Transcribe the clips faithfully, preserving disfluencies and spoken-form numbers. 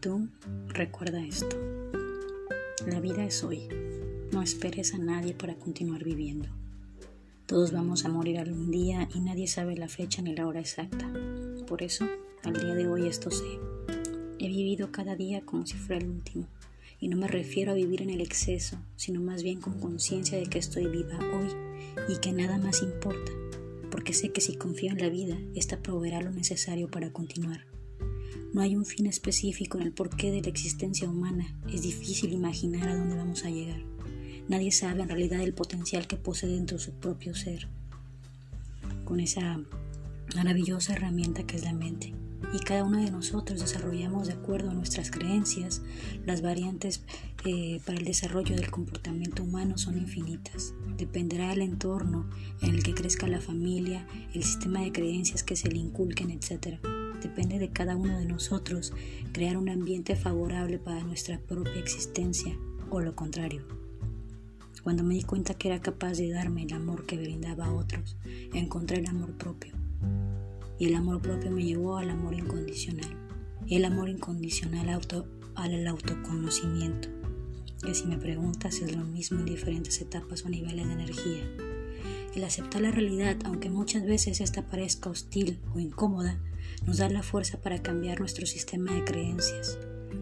tú, recuerda esto. La vida es hoy. No esperes a nadie para continuar viviendo. Todos vamos a morir algún día y nadie sabe la fecha ni la hora exacta. Por eso, al día de hoy esto sé. He vivido cada día como si fuera el último. Y no me refiero a vivir en el exceso, sino más bien con conciencia de que estoy viva hoy y que nada más importa. Porque sé que si confío en la vida, esta proveerá lo necesario para continuar. No hay un fin específico en el porqué de la existencia humana. Es difícil imaginar a dónde vamos a llegar. Nadie sabe en realidad el potencial que posee dentro de su propio ser, con esa maravillosa herramienta que es la mente. Y cada uno de nosotros desarrollamos de acuerdo a nuestras creencias. Las variantes eh, para el desarrollo del comportamiento humano son infinitas. Dependerá del entorno en el que crezca la familia, el sistema de creencias que se le inculquen, etcétera. Depende de cada uno de nosotros crear un ambiente favorable para nuestra propia existencia, o lo contrario. Cuando me di cuenta que era capaz de darme el amor que brindaba a otros, encontré el amor propio. Y el amor propio me llevó al amor incondicional. El amor incondicional auto, al autoconocimiento, que si me preguntas es lo mismo en diferentes etapas o niveles de energía. El aceptar la realidad, aunque muchas veces esta parezca hostil o incómoda, nos da la fuerza para cambiar nuestro sistema de creencias.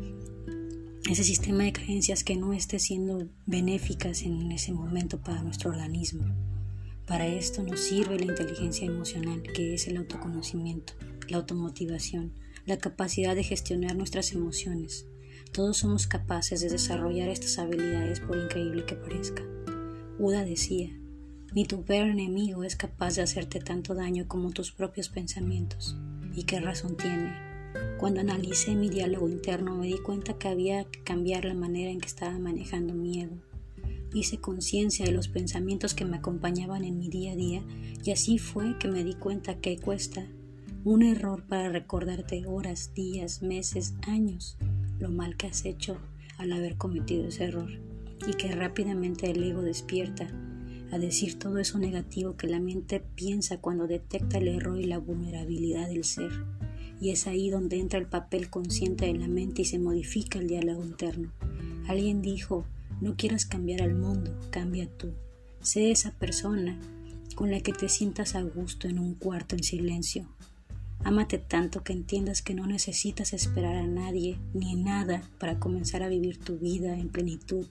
Ese sistema de creencias que no esté siendo benéficas en ese momento para nuestro organismo. Para esto nos sirve la inteligencia emocional, que es el autoconocimiento, la automotivación, la capacidad de gestionar nuestras emociones. Todos somos capaces de desarrollar estas habilidades, por increíble que parezca. Buda decía: ni tu peor enemigo es capaz de hacerte tanto daño como tus propios pensamientos. ¿Y qué razón tiene? Cuando analicé mi diálogo interno me di cuenta que había que cambiar la manera en que estaba manejando mi ego. Hice conciencia de los pensamientos que me acompañaban en mi día a día y así fue que me di cuenta que cuesta un error para recordarte horas, días, meses, años lo mal que has hecho al haber cometido ese error y que rápidamente el ego despierta a decir todo eso negativo que la mente piensa cuando detecta el error y la vulnerabilidad del ser. Y es ahí donde entra el papel consciente de la mente y se modifica el diálogo interno. Alguien dijo: no quieras cambiar al mundo, cambia tú. Sé esa persona con la que te sientas a gusto en un cuarto en silencio. Ámate tanto que entiendas que no necesitas esperar a nadie ni nada para comenzar a vivir tu vida en plenitud.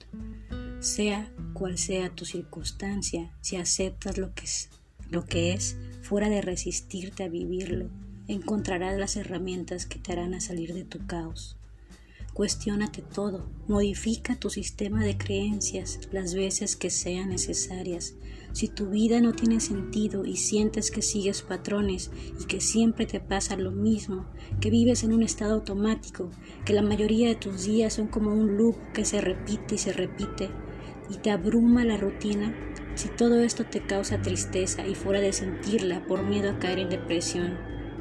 Sea cual sea tu circunstancia, si aceptas lo que es, lo que es, fuera de resistirte a vivirlo, encontrarás las herramientas que te harán a salir de tu caos. Cuestiónate todo, modifica tu sistema de creencias las veces que sean necesarias. Si tu vida no tiene sentido y sientes que sigues patrones y que siempre te pasa lo mismo, que vives en un estado automático, que la mayoría de tus días son como un loop que se repite y se repite y te abruma la rutina, si todo esto te causa tristeza y fuera de sentirla por miedo a caer en depresión,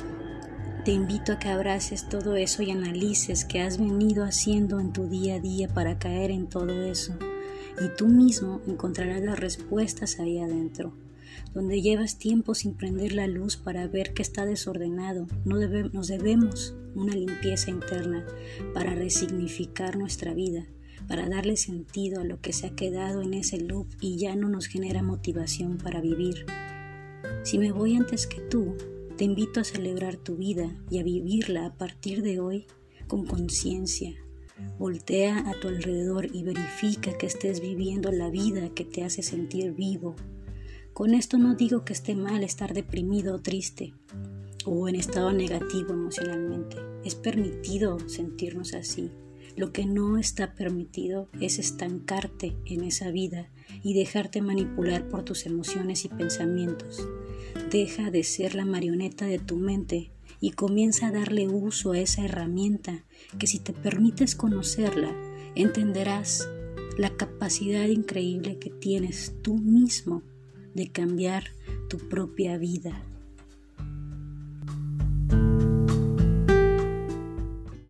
te invito a que abraces todo eso y analices qué has venido haciendo en tu día a día para caer en todo eso. Y tú mismo encontrarás las respuestas ahí adentro, donde llevas tiempo sin prender la luz para ver que está desordenado. No debe, nos debemos una limpieza interna para resignificar nuestra vida, para darle sentido a lo que se ha quedado en ese loop y ya no nos genera motivación para vivir. Si me voy antes que tú, te invito a celebrar tu vida y a vivirla a partir de hoy con conciencia. Voltea a tu alrededor y verifica que estés viviendo la vida que te hace sentir vivo. Con esto no digo que esté mal estar deprimido o triste o en estado negativo emocionalmente. Es permitido sentirnos así. Lo que no está permitido es estancarte en esa vida y dejarte manipular por tus emociones y pensamientos. Deja de ser la marioneta de tu mente y comienza a darle uso a esa herramienta que, si te permites conocerla, entenderás la capacidad increíble que tienes tú mismo de cambiar tu propia vida.